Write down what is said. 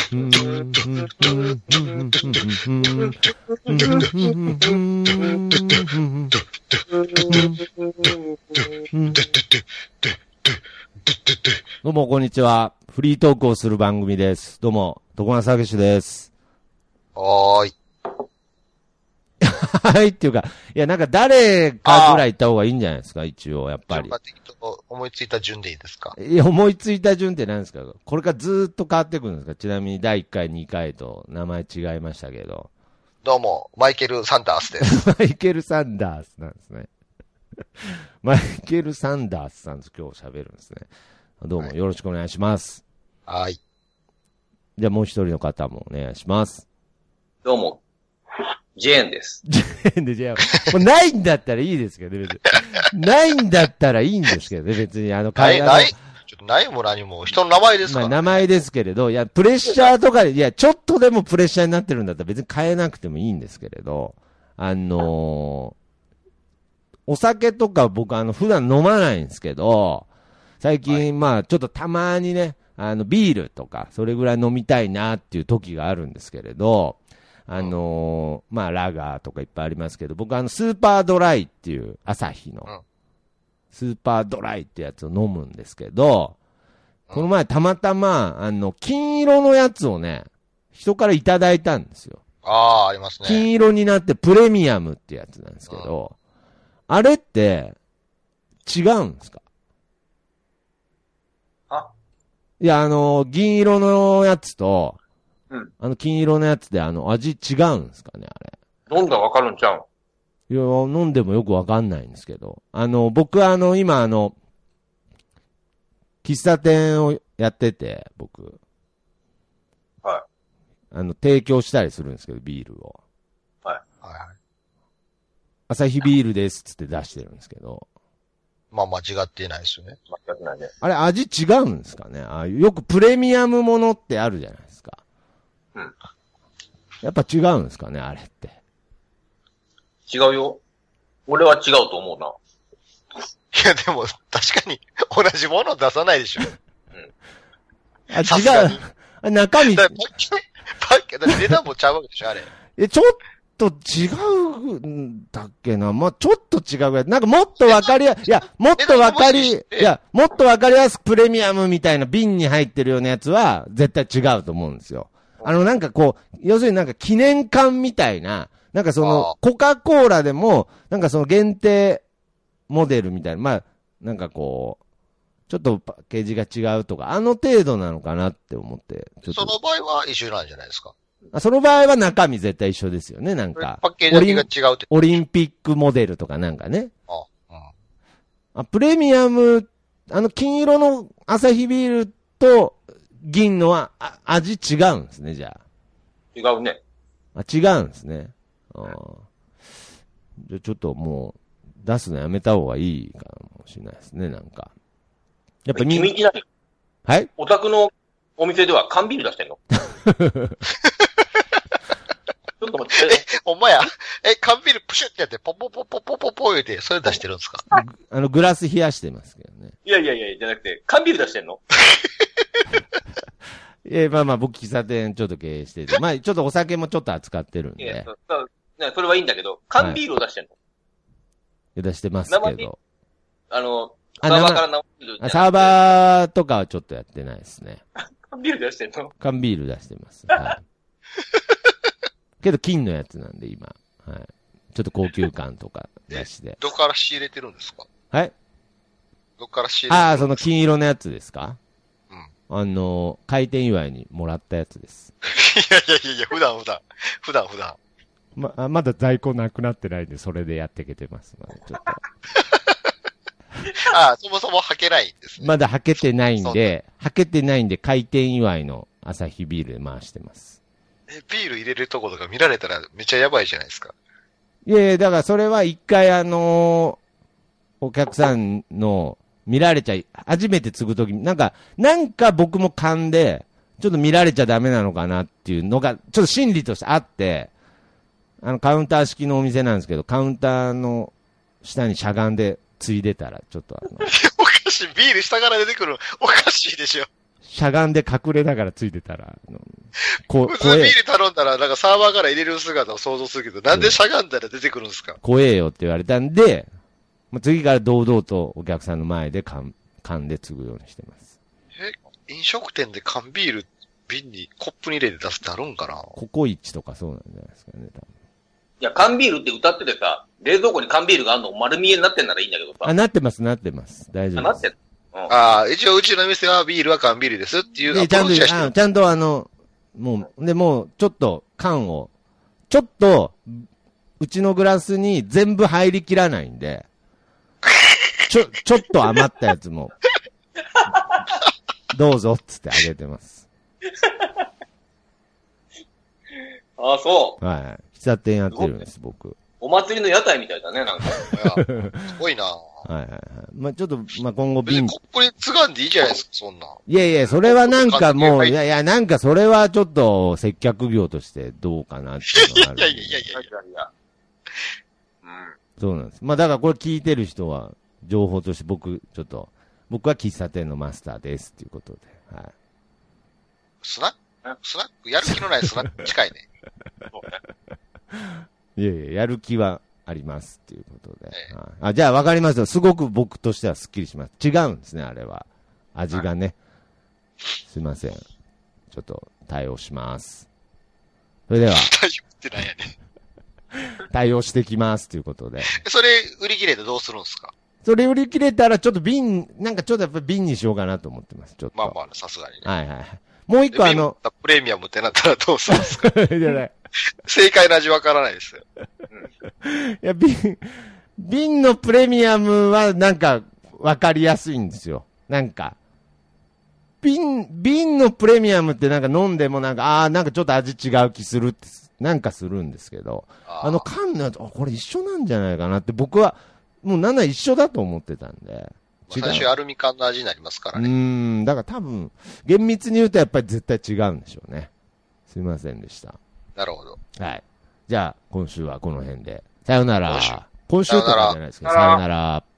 どうもこんにちは。フリートークをする番組です。どうも、徳松武史です。 はーい。 はいっていうか、いやなんか誰かぐらい言った方がいいんじゃないですか、一応、やっぱり。 順番的と思いついた順でいいですか？ いや、思いついた順って何ですか？これからずーっと変わってくるんですか？ちなみに第1回、2回と名前違いましたけど。 どうも、マイケル・サンダースです。 マイケル・サンダースなんですね。マイケル・サンダースさんと今日喋るんですね。どうもよろしくお願いします。 はい。 じゃあもう一人の方もお願いします。 どうも、ジェーンです。 ジェーンでじゃあ、もうないんだったらいいですけどね、別に。ないんだったらいいんですけどね、別にない、ちょっとないも何も、人の名前ですから、ね。 まあ名前ですけれど、いや、プレッシャーとかで、いや、ちょっとでもプレッシャーになってるんだったら別に変えなくてもいいんですけれど、お酒とか僕普段飲まないんですけど、最近、はい、まあちょっとたまにね、ビールとか、それぐらい飲みたいなっていう時があるんですけれど、まあラガーとかいっぱいありますけど、僕スーパードライっていう、アサヒの、スーパードライってやつを飲むんですけど、この前たまたま、金色のやつをね、人からいただいたんですよ。 ああ、ありますね。 金色になってプレミアムってやつなんですけど、あれって、違うんですか？いや、銀色のやつと、金色のやつで味違うんですかね、あれ。 飲んだらわかるんちゃう？ いや、飲んでもよくわかんないんですけど。僕今喫茶店をやってて、僕。 はい。 提供したりするんですけど、ビールを。 はい。 はいはい。 アサヒビールですっつって出してるんですけど。 まあ間違ってないですよね。 間違ってないね。 あれ味違うんですかね？よくプレミアムものってあるじゃないですか。 うん。 やっぱ違うんですかね、あれって。 違うよ。俺は違うと思うな。 いやでも、確かに同じもの出さないでしょ。 うん。違う。中身。 だ値段もちゃうわけでしょ、あれ。 ちょっと違うんだっけな。まあ、ちょっと違うぐらい。なんかもっとわかりや、いや、もっとわかりやすくプレミアムみたいな瓶に入ってるようなやつは絶対違うと思うんですよ。なんかこう、要するになんか記念館みたいな、なんかコカ・コーラでも、なんか限定モデルみたいな、まあ、なんかこう、ちょっとパッケージが違うとか、程度なのかなって思って。 その場合は一緒なんじゃないですか。 その場合は中身絶対一緒ですよね、なんか。 パッケージだけが違うって。 オリンピックモデルとかなんかね。 うん。 プレミアム、金色のアサヒビールと銀のは、味違うんですね、じゃあ。 違うね。 違うんですね。じゃあちょっともう、出すのやめた方がいいかもしれないですね、なんか。やっぱ君い何？ はい？ お宅のお店では缶ビール出してんの？ちょっと待って。 ほんまや。缶ビールプシュってやって、ポポポポポポポ言うて、それ出してるんですか？ グラス冷やしてますけどね。 いや、じゃなくて、缶ビール出してんの？ まあ僕喫茶店ちょっと経営してて、まあちょっとお酒もちょっと扱ってるんで。 いや、それはいいんだけど、缶ビールを出してんの？ 出してますけど。 サーバーから生ビール。 サーバーとかはちょっとやってないですね。 缶ビール出してんの？ 缶ビール出してます。はい。けど金のやつなんで今。はい。ちょっと高級感とか出して。 どこから仕入れてるんですか？ はい。 どこから仕入れてるんですか？ その金色のやつですか？ うん。 開店祝いにもらったやつです。 いや、普段。 まだ在庫なくなってないんで、それでやっていけてますので、ちょっと。 そもそも履けないんですね。 まだ履けてないんで、開店祝いのアサヒビールで回してます。 ビール入れるとことか見られたらめっちゃやばいじゃないですか。 いやだからそれは一回お客さんの見られちゃい、初めて継ぐとき、なんか僕も勘で、ちょっと見られちゃダメなのかなっていうのが、ちょっと心理としてあって、カウンター式のお店なんですけど、カウンターの下にしゃがんでついでたら、ちょっとおかしい、ビール下から出てくるおかしいでしょ。 しゃがんで隠れながらついてたら、 普通ビール頼んだら、なんかサーバーから入れる姿を想像するけど、なんでしゃがんだら出てくるんですか？ 怖えよって言われたんで、次から堂々とお客さんの前で噛んで継ぐようにしてます。 飲食店で缶ビール瓶にコップに入れて出すってあるんかな？ ココイチとかそうなんじゃないですかね、多分。 いや、缶ビールって歌っててさ、冷蔵庫に缶ビールがあるの丸見えになってんならいいんだけどさ。 なってます。大丈夫です。 なってん一応うちの店はビールは缶ビールですっていうアプロちゃんと、 ーチはしてる。 ちゃんともう、ちょっと缶を、ちょっと、うちのグラスに全部入りきらないんで、ちょっと余ったやつも、どうぞっつってあげてます。 ああ、そう。 はい。喫茶店やってるんです、僕。 お祭りの屋台みたいだね、なんか。 すごいな。 はい。ちょっと、今後別にコップに継がんでいいじゃないですか、そんな。 いや、それはなんかもう、なんかそれはちょっと接客業としてどうかなっていうのがある。 いや。 そうなんです。だからこれ聞いてる人は、情報として僕は喫茶店のマスターですっていうことで。はい。 スナックやる気のないスナック近いね。 いや、やる気はありますっていうことで。じゃあ分かりますよ。すごく僕としてはスッキリします。違うんですね、あれは。味がね。すいません。ちょっと対応します。それでは。 対応ってなんやね。 対応してきますということで。 それ売り切れてどうするんですか？ それ売り切れたらちょっとなんかちょっとやっぱり瓶にしようかなと思ってます。ちょっと。 まあ、さすがにね。 はい。もう一個プレミアムってなったらどうするんですか？ じゃない。 正解の味わからないですよ。 いや、瓶のプレミアムはなんかわかりやすいんですよ。なんか、瓶のプレミアムってなんか飲んでもなんかちょっと味違う気するって、なんかするんですけど、缶のやつ、これ一緒なんじゃないかなって僕は、もうなんなら一緒だと思ってたんで。 最初アルミ缶の味になりますからね。 だから多分、厳密に言うとやっぱり絶対違うんでしょうね。すいませんでした。 なるほど。 はい。じゃあ、今週はこの辺で。さよなら。今週とかじゃないですか。さよなら。